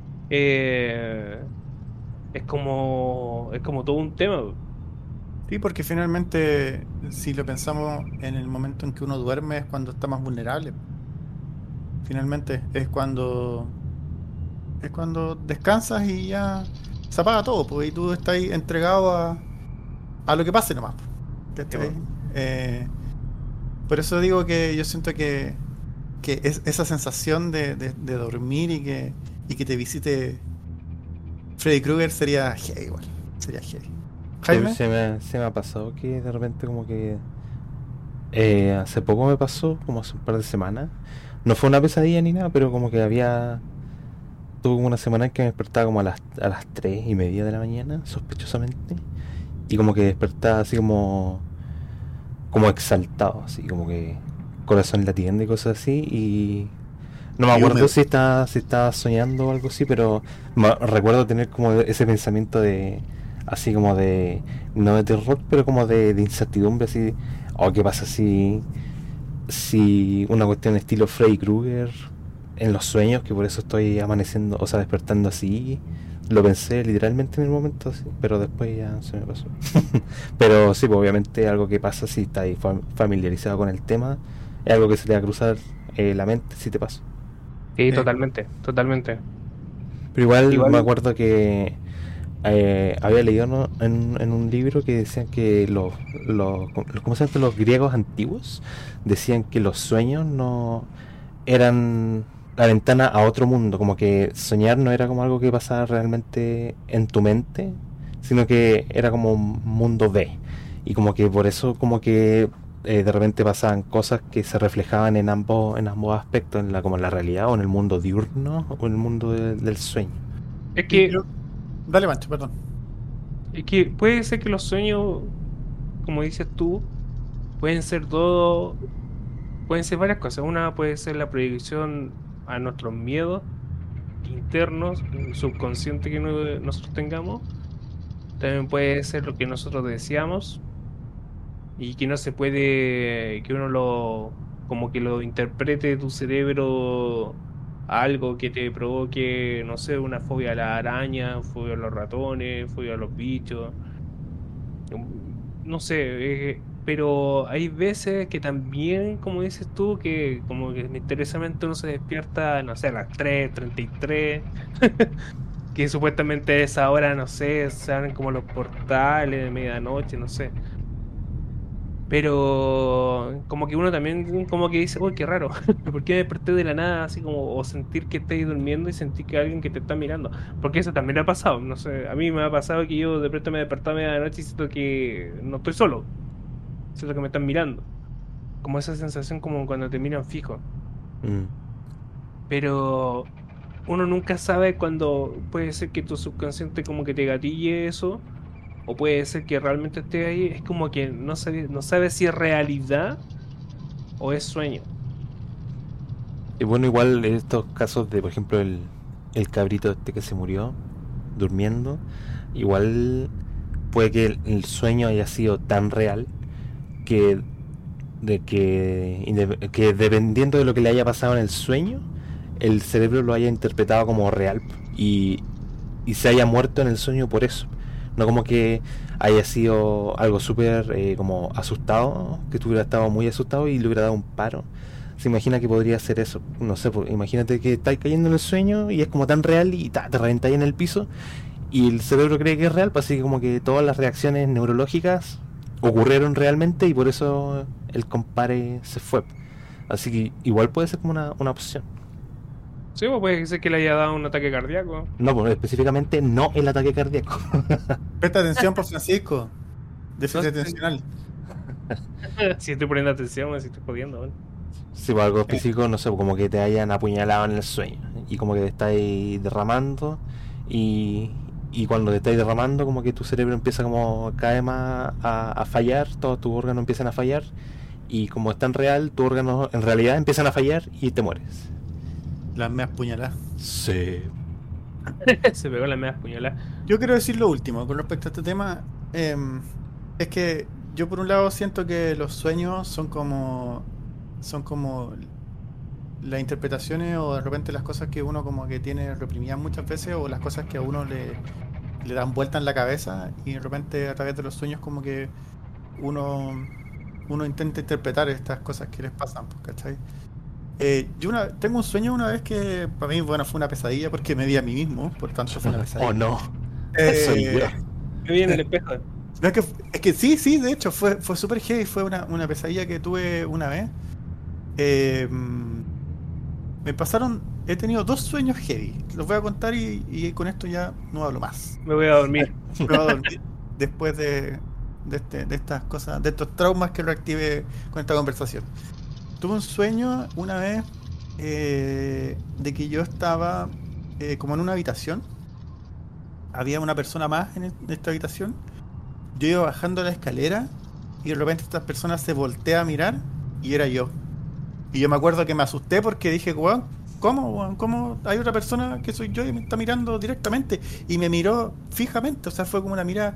Eh, es como es como todo un tema. Sí, porque finalmente, si lo pensamos en el momento en que uno duerme, es cuando está más vulnerable. Finalmente, es cuando es cuando descansas y ya se apaga todo, pues, y tú estás ahí entregado a, a lo que pase nomás. Pues, Sí, ¿cachai? po. Eh, por eso digo que yo siento que, que es, esa sensación de, de- de dormir y que, y que te visite Freddy Krueger sería heavy igual. Sería heavy. Se, Jaime, se me, se me ha pasado que de repente como que eh, hace poco me pasó, como hace un par de semanas. No fue una pesadilla ni nada, pero como que había... Tuve como una semana en que me despertaba como a las, a las tres y media de la mañana, sospechosamente. Y como que despertaba así como... Como exaltado, así como que... Corazón latiendo y cosas así. Y... No me y acuerdo húmedo. si estaba, si estaba soñando o algo así, pero me recuerdo tener como ese pensamiento de... Así como de... No de terror, pero como de, de incertidumbre, así... O qué pasa si... Si una cuestión estilo Freddy Krueger en los sueños, que por eso estoy amaneciendo, o sea, despertando así. Lo pensé literalmente en el momento, así, pero después ya se me pasó. Pero sí, pues obviamente algo que pasa si estás fam- familiarizado con el tema, es algo que se te va a cruzar eh, la mente si te pasa. Sí, Eh, totalmente, totalmente. Pero igual me Igual, acuerdo que eh, había leído, ¿no?, en, en un libro que decían que los, los, ¿cómo se llama? Los griegos antiguos decían que los sueños no eran la ventana a otro mundo, como que soñar no era como algo que pasaba realmente en tu mente, sino que era como un mundo B. Y como que por eso como que eh, de repente pasaban cosas que se reflejaban en ambos, en ambos aspectos, en la, como en la realidad o en el mundo diurno o en el mundo de- del sueño. es sí, que pero- Dale, Mancho, perdón. es que puede ser que los sueños, como dices tú, pueden ser todo, pueden ser varias cosas. Una puede ser la proyección a nuestros miedos internos, el subconsciente que no- nosotros tengamos. También puede ser lo que nosotros deseamos y que no se puede, que uno lo, como que lo interprete tu cerebro a algo que te provoque, no sé, una fobia a la araña, fobia a los ratones, fobia a los bichos, um, no sé, eh, pero hay veces que también, como dices tú, que como que misteriosamente uno se despierta, no sé, a las tres treinta y tres que supuestamente a esa hora, no sé, se abren como los portales de medianoche, no sé. Pero como que uno también como que dice, uy, qué raro, ¿por qué me desperté de la nada? Así como, o sentir que estáis durmiendo y sentir que hay alguien que te está mirando. Porque eso también me ha pasado, no sé, a mí me ha pasado que yo de pronto me desperté a medianoche y siento que no estoy solo, siento que me están mirando. Como esa sensación como cuando te miran fijo. Mm. Pero uno nunca sabe cuando puede ser que tu subconsciente como que te gatille eso, o puede ser que realmente esté ahí, es como que no sabe, no sabe si es realidad o es sueño. Y bueno, igual en estos casos de, por ejemplo, el, el cabrito este que se murió durmiendo, igual puede que el, el sueño haya sido tan real que de que, inde- que dependiendo de lo que le haya pasado en el sueño, el cerebro lo haya interpretado como real y, y se haya muerto en el sueño por eso. No como que haya sido algo súper eh, como asustado, que tú hubieras estado muy asustado y le hubiera dado un paro. Se imagina que podría ser eso. No sé, pues, imagínate que estáis cayendo en el sueño y es como tan real y ta, te reventáis en el piso y el cerebro cree que es real, pues así que como que todas las reacciones neurológicas ocurrieron realmente y por eso el compare se fue. Así que igual puede ser como una, una opción. Sí, pues puede ser que le haya dado un ataque cardíaco. No, pues específicamente no el ataque cardíaco. Presta atención por Francisco. No Déficit sé atencional. si estoy poniendo atención o si estoy jodiendo, weón. Si por algo Eh, específico, no sé, como que te hayan apuñalado en el sueño y como que te estáis derramando y, y cuando te estáis derramando como que tu cerebro empieza como cada vez más a, a fallar, todos tus órganos empiezan a fallar y como es tan real, tus órganos en realidad empiezan a fallar y te mueres. las meas puñaladas. Sí. Se pegó la media puñalada. Yo quiero decir lo último con respecto a este tema. eh, es que yo por un lado siento que los sueños son como son como las interpretaciones o de repente las cosas que uno como que tiene reprimidas muchas veces o las cosas que a uno le, le dan vuelta en la cabeza y de repente a través de los sueños como que uno uno intenta interpretar estas cosas que les pasan, pues, ¿cachai? Eh, yo una, tengo un sueño una vez que para mí bueno fue una pesadilla porque me vi a mí mismo, por tanto fue una pesadilla. Oh no, Eh, soy yo. Me vi en el espejo. No, es que, es que sí, sí, de hecho, fue, fue súper heavy, fue una, una pesadilla que tuve una vez. Eh, me pasaron, he tenido dos sueños heavy, los voy a contar y, y con esto ya no hablo más. Me voy a dormir. Me voy a dormir después de, de, este, de estas cosas, de estos traumas que reactivé con esta conversación. Tuve un sueño una vez eh, de que yo estaba eh, como en una habitación, había una persona más en, en esta habitación. Yo iba bajando la escalera y de repente esta persona se voltea a mirar y era yo. Y yo me acuerdo que me asusté porque dije, weón, ¿cómo, weón? ¿Cómo hay otra persona que soy yo y me está mirando directamente? Y me miró fijamente, o sea, fue como una mirada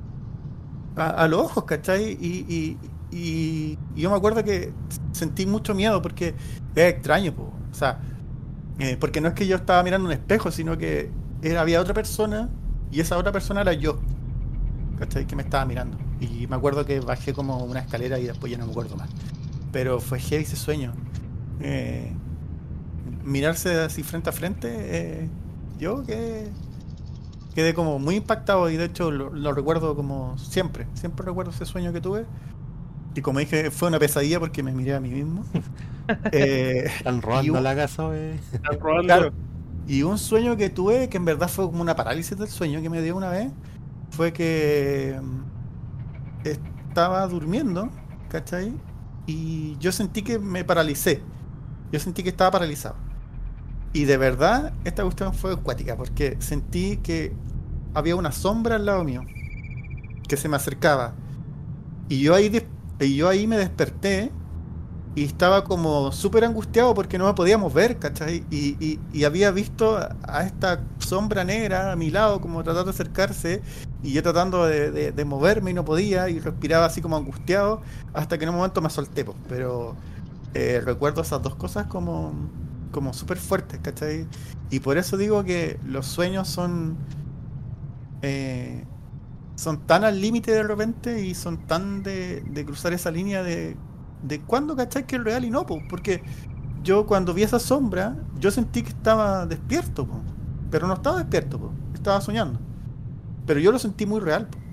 a, a los ojos, ¿cachai? Y, y, y, y yo me acuerdo que sentí mucho miedo porque era extraño, po. O sea, eh, porque no es que yo estaba mirando un espejo, sino que era, había otra persona y esa otra persona era yo. ¿Cachai? Que me estaba mirando. Y me acuerdo que bajé como una escalera y después ya no me acuerdo más. Pero fue heavy ese sueño. Eh, mirarse así frente a frente, eh, yo que quedé como muy impactado y de hecho lo, lo recuerdo como siempre. Siempre recuerdo ese sueño que tuve. Y como dije, fue una pesadilla porque me miré a mí mismo. Eh, Están y robando un- la casa, wey. Están robando. Claro. Y un sueño que tuve, que en verdad fue como una parálisis del sueño que me dio una vez, fue que mm, estaba durmiendo, ¿cachai? Y yo sentí que me paralicé. Yo sentí que estaba paralizado. Y de verdad, esta cuestión fue acuática, porque sentí que había una sombra al lado mío, que se me acercaba. Y yo ahí, des- y yo ahí me desperté y estaba como súper angustiado porque no me podíamos ver, ¿cachai? Y, y, y había visto a a esta sombra negra a mi lado como tratando de acercarse y yo tratando de, de- de moverme y no podía y respiraba así como angustiado hasta que en un momento me solté, po. Pero eh, recuerdo esas dos cosas como, como súper fuertes, ¿cachai? Y por eso digo que los sueños son eh, son tan al límite de repente y son tan de, de cruzar esa línea de de cuándo, ¿cachai? Que es real y no, po. Porque yo cuando vi esa sombra, yo sentí que estaba despierto, po. Pero no estaba despierto, po. Estaba soñando. Pero yo lo sentí muy real, po.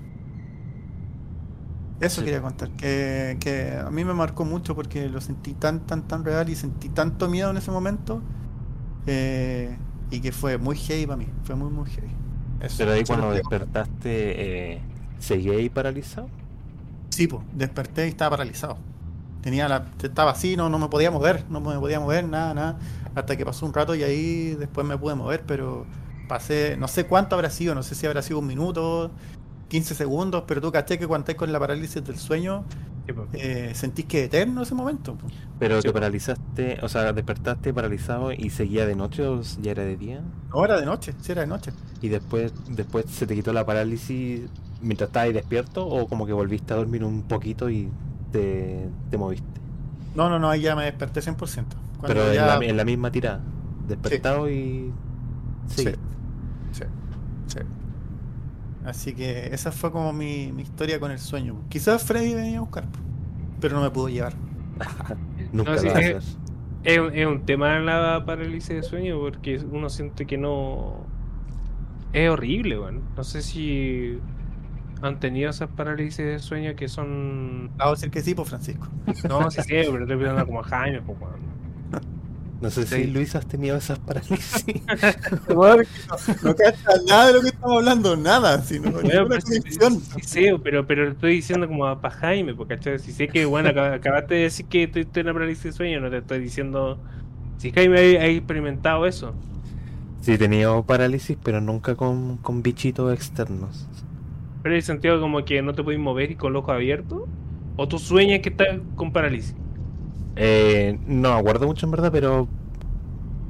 Eso Sí. quería contar, que, que a mí me marcó mucho porque lo sentí tan, tan, tan real y sentí tanto miedo en ese momento eh, y que fue muy heavy para mí, fue muy, muy heavy. Eso, Pero ahí eso cuando lo quería contar. despertaste, eh, ¿seguía ahí paralizado? Sí, pues, desperté y estaba paralizado. Tenía la, estaba así, no, no me podía mover, no me podía mover, nada, nada. Hasta que pasó un rato y ahí después me pude mover, pero pasé, no sé cuánto habrá sido, no sé si habrá sido un minuto, quince segundos, pero tú caché que cuando estás con la parálisis del sueño, Sí, po. eh, sentís que es eterno ese momento, po. Pero Sí, te po. paralizaste, o sea, despertaste paralizado y seguía de noche o ya era de día. No era de noche, sí era de noche. Y después, después se te quitó la parálisis mientras estabas ahí despierto o como que volviste a dormir un poquito y te, te moviste. No, no, no, ahí ya me desperté cien por ciento. Cuando Pero ya- en, la, en la misma tirada, despertado y Sí, sí. sí, sí. Así que esa fue como mi, mi historia con el sueño. Quizás Freddy venía a buscar, pero no me pudo llevar. Nunca No, sí, lo vas a eh, hacer. Es, un- es un tema en la parálisis de sueño porque uno siente que no. Es horrible, weón. No sé si han tenido esas parálisis de sueño que son. Vamos a decir que sí, pues Francisco. No, sí, sí, pero estoy pensando como a Jaime, pues, weón. No sé Sí. si Luis has tenido esas parálisis. No, no cacha nada de lo que estamos hablando, nada, sino Bueno, ninguna pues, sí, conexión. sí sé, pero, pero estoy diciendo como para Jaime, porque ¿cachai? Si sé que, bueno, acab- acabaste de decir que estoy, estoy en la parálisis de sueño, no te estoy diciendo si Jaime ha, ha experimentado eso. Sí, he tenido parálisis, pero nunca con, con bichitos externos. Pero en el sentido como que no te puedes mover y con los ojos abiertos, o tú sueñas que estás con parálisis. Eh, no me acuerdo mucho en verdad, pero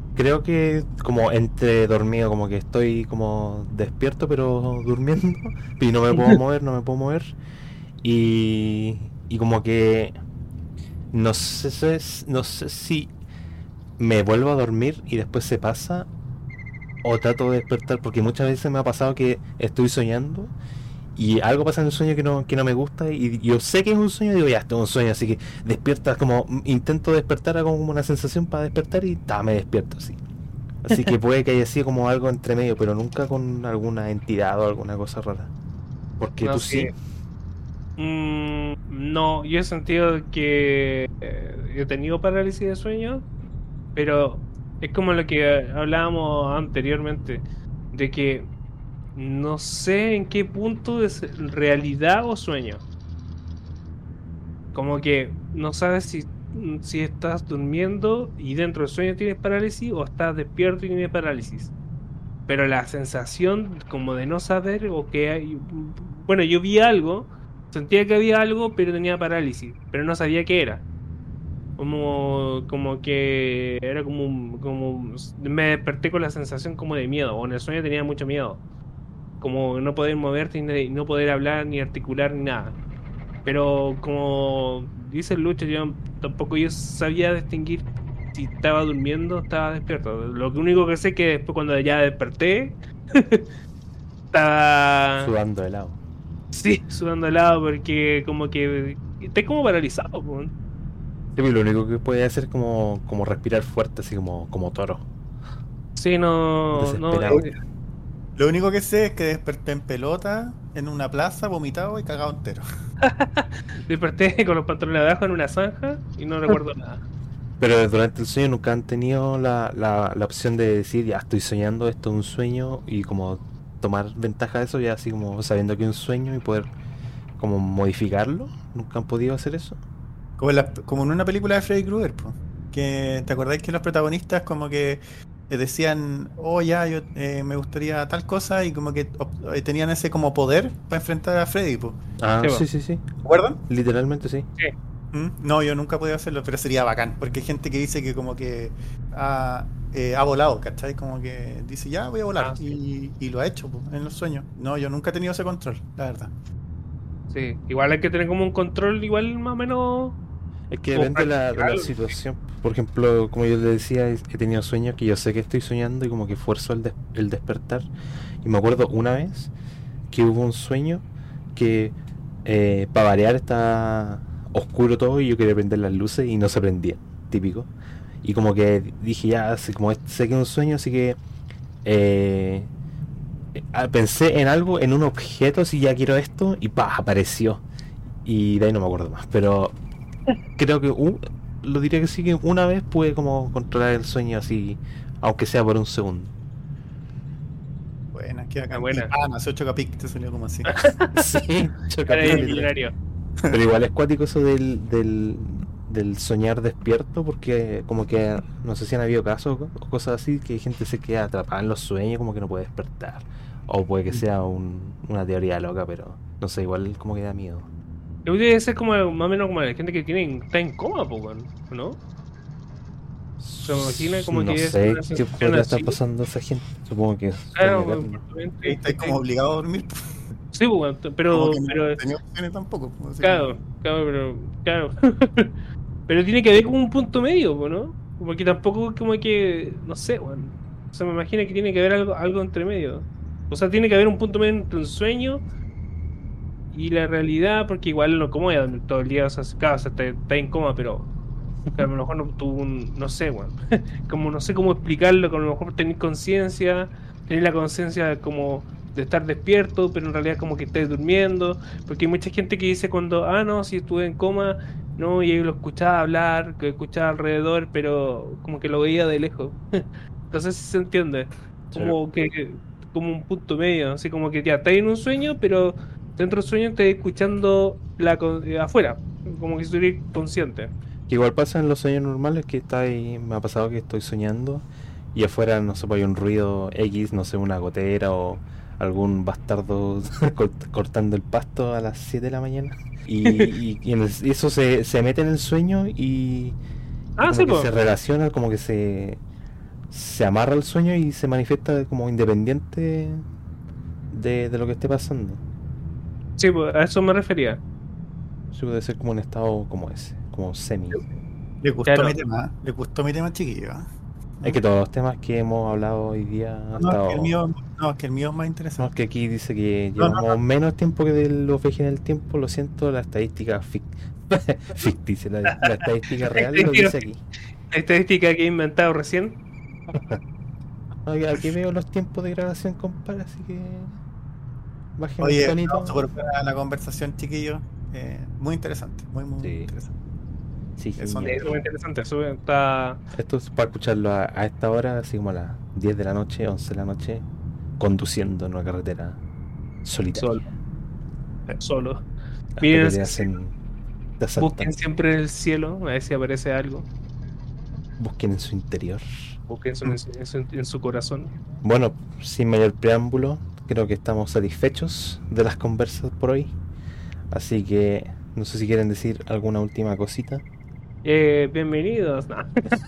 creo que como entre dormido, como que estoy como despierto pero durmiendo y no me puedo mover, no me puedo mover y, y como que no sé, no sé si me vuelvo a dormir y después se pasa o trato de despertar, porque muchas veces me ha pasado que estoy soñando y algo pasa en el sueño que no, que no me gusta y yo sé que es un sueño y digo, ya, esto es un sueño, así que despiertas, como intento despertar, hago como una sensación para despertar y ta, me despierto así. Así que puede que haya sido como algo entre medio, pero nunca con alguna entidad o alguna cosa rara. Porque No tú sé. sí. Mm, no, yo he sentido que eh, he tenido parálisis de sueño, pero es como lo que hablábamos anteriormente, de que no sé en qué punto es realidad o sueño. Como que no sabes si, si estás durmiendo y dentro del sueño tienes parálisis o estás despierto y tienes parálisis. Pero la sensación como de no saber o que hay... Bueno, yo vi algo, sentía que había algo, pero tenía parálisis, pero no sabía qué era. Como, como que era como, un- como un- me desperté con la sensación como de miedo, o en el sueño tenía mucho miedo, como no poder moverte ni no poder hablar ni articular ni nada. Pero como dice el Lucho, yo tampoco yo sabía distinguir si estaba durmiendo o estaba despierto. Lo único que sé es que después cuando ya desperté, estaba, Sudando helado. sí, sudando helado porque como que estoy como paralizado, po. Sí, pero lo único que puede hacer es como, como respirar fuerte, así como, como toro. Sí, no, no, Desesperado. eh, Lo único que sé es que desperté en pelota, en una plaza, vomitado y cagado entero. desperté con los pantalones abajo en una zanja y no recuerdo nada. Pero durante el sueño nunca han tenido la, la, la opción de decir, ya estoy soñando, esto es un sueño, y como tomar ventaja de eso, ya así como sabiendo que es un sueño y poder como modificarlo. Nunca han podido hacer eso. Como en, la- como en una película de Freddy Krueger, po. Que te acordáis que los protagonistas como que eh, decían, oh ya, yo eh, me gustaría tal cosa y como que op- eh, tenían ese como poder para enfrentar a Freddy, po. Ah, Sí, sí, po. sí, sí. ¿Se acuerdan? Literalmente sí. Sí. ¿Mm? No, yo nunca he podido hacerlo, pero sería bacán, porque hay gente que dice que como que ha, eh, ha volado, ¿cachai? Como que dice, ya voy a volar, Ah, sí. y, y lo ha hecho, po, en los sueños. No, yo nunca he tenido ese control, la verdad. Sí, igual hay que tener como un control igual más o menos Es que como depende de la, de la practicarlo. situación. Por ejemplo, como yo le decía, he he tenido sueños que yo sé que estoy soñando y como que fuerzo el, des- el despertar. Y me acuerdo una vez que hubo un sueño que eh, para variar estaba oscuro todo y yo quería prender las luces y no se prendían, típico. Y como que dije ya, así como es- sé que es un sueño, así que eh, ah, pensé en algo, en un objeto, si ya quiero esto, y pa, apareció. Y de ahí no me acuerdo más, pero creo que un- lo diría que sí, que una vez pude como controlar el sueño así, aunque sea por un segundo. Buena, qué Una bacán. Y buena. pan, hace ocho capic, te salió como así. Sí, Cara de chocapic, literal. millonario. Pero igual es cuático eso del, del, del soñar despierto, porque como que no sé si han habido casos o cosas así, que gente se queda atrapada en los sueños, como que no puede despertar. O puede que sea un, una teoría loca, pero no sé, igual como que da miedo. Yo debe ser como más o menos como la gente que tiene, está en coma, po, weón, ¿no? Se me imagina como No que es sé una qué sensación podría estar así. pasando a esa gente. Supongo que es sueño Claro, weón, eterno. probablemente Ahí estáis como esté- obligado a dormir, po. sí, po, weón, Como pero, que no pero, tenía opciones tampoco, po, así como- claro, claro, pero, claro. Pero tiene que haber como un punto medio, po, ¿no? Como que tampoco como que, no sé, weón. O sea, me imagino que tiene que haber algo, algo entre medio. O sea, tiene que haber un punto medio entre un sueño y la realidad, porque igual no como voy a dormir todo el día, o sea, claro, o sea, está, está en coma, pero que a lo mejor no tuvo un, no sé, weón, como no sé cómo explicarlo, que a lo mejor tener conciencia, tener la conciencia como de estar despierto, pero en realidad como que estés durmiendo, porque hay mucha gente que dice cuando, ah, no, si estuve en coma, no, y ahí lo escuchaba hablar, que escuchaba alrededor, pero como que lo veía de lejos. Entonces sí se entiende, Sí. como que, como un punto medio, así como que ya estás en un sueño, pero dentro del sueño estás escuchando la, con- eh, afuera, como que estoy consciente. Que igual pasa en los sueños normales que está ahí, me ha pasado que estoy soñando y afuera, no sé, pues hay un ruido X, no sé, una gotera o algún bastardo cort- cortando el pasto a las siete de la mañana. Y, y- y en el- y eso se, se mete en el sueño y, y Ah, como sí, que se pues. relaciona, como que se se amarra al sueño y se manifiesta como independiente de, de lo que esté pasando. Sí, pues, a eso me refería. Eso puede ser como un estado como ese, como semi. Le gustó Claro. mi tema, le gustó mi tema, chiquillo. Es que todos los temas que hemos hablado hoy día han No, es estado... que el mío, no, es que el mío es más No, es interesante. que aquí dice que No, no, llevamos menos tiempo que de los viajes en el tiempo. Lo siento, la estadística fic- ficticia, la, la estadística real lo dice aquí. La estadística que he inventado recién. Aquí, aquí veo los tiempos de grabación, compadre, así que bajen Oye, el tonito. no, súper buena la conversación, chiquillos. Eh, muy interesante, muy, muy Sí. interesante. Sí, Eso genial. Es muy interesante. Eso está. Esto es para escucharlo a, a esta hora, así como a las diez de la noche, once de la noche, conduciendo en una carretera solitaria. Solo. Solo. Hasta Miren, que te hacen, te asaltan. Busquen siempre en el cielo, a ver si aparece algo. Busquen en su interior. Busquen en su, en su- en su corazón. Bueno, sin mayor preámbulo, creo que estamos satisfechos de las conversas por hoy. Así que no sé si quieren decir alguna última cosita. Eh, bienvenidos. No.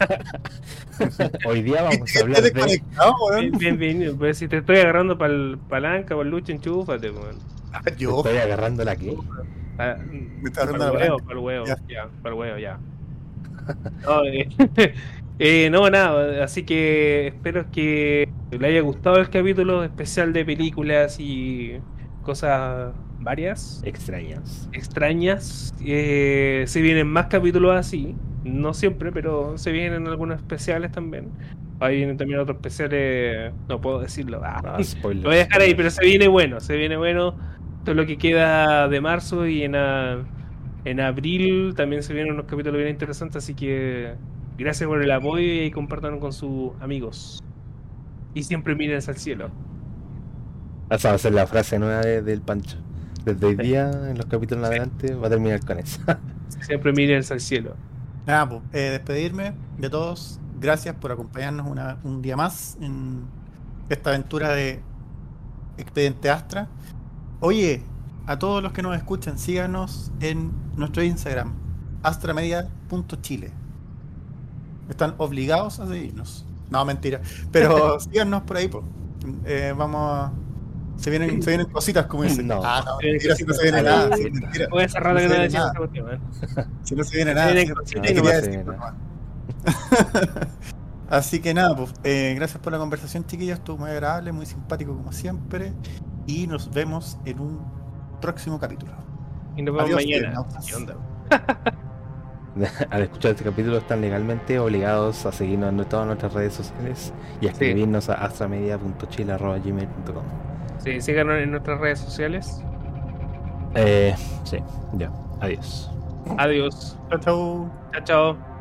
Hoy día vamos a Te hablar de... desconectado, Bien- weón. bienvenidos. Pues si te estoy agarrando para palanca, para el lucho, enchúfate, weón. ¿Te Yo, estoy agarrando la qué? Ah, Me está para agarrando el la huevo, palanca. para el huevo, Ya. ya, para el huevo, ya. No, eh, eh, no, nada, así que espero que le haya gustado el capítulo especial de películas y cosas varias, Extrañas. extrañas. Eh, se vienen más capítulos así, no siempre, pero se vienen algunos especiales también. Ahí vienen también otros especiales, no puedo decirlo. Ah. No, spoiler. Lo voy a dejar ahí, pero se viene bueno, se viene bueno. Todo lo que queda de marzo y en, a- en abril también se vienen unos capítulos bien interesantes, así que gracias por el apoyo y compartan con sus amigos. Y siempre miren hacia el cielo. Esa va a ser la frase nueva de- del Pancho. Desde hoy día, en los capítulos en adelante, va a terminar con eso. Siempre miren hacia el cielo. nada, pues, eh, despedirme de todos. Gracias por acompañarnos una- un día más en esta aventura de Expediente Astra. Oye, a todos los que nos escuchan, síganos en nuestro Instagram, astramedia punto chile. Están obligados a seguirnos. No, mentira. Pero síganos por ahí, pues. Eh, vamos a... Se vienen, se vienen cositas, como dicen. No. Ah, no, Se vienen mentira, si no cositas. se viene Ah, nada. no, Sí, sí. mentira. Voy a cerrar No la se que no viene decimos nada. esa cuestión, ¿eh? Si no se viene Se nada. vienen sí, cositas te y no quería se decir, viene nomás. Así que nada, pues, eh, gracias por la conversación, chiquillos. Estuvo muy agradable, muy simpático como siempre. Y nos vemos en un próximo capítulo. Y nos vemos Adiós, mañana. internautas. ¿Qué onda? Al escuchar este capítulo están legalmente obligados a seguirnos en todas nuestras redes sociales y a escribirnos a astramedia punto chile arroba gmail punto com. Sí, síganos en nuestras redes sociales. Eh, sí, ya. Adiós. Adiós. Chao, chao. Chao, chao.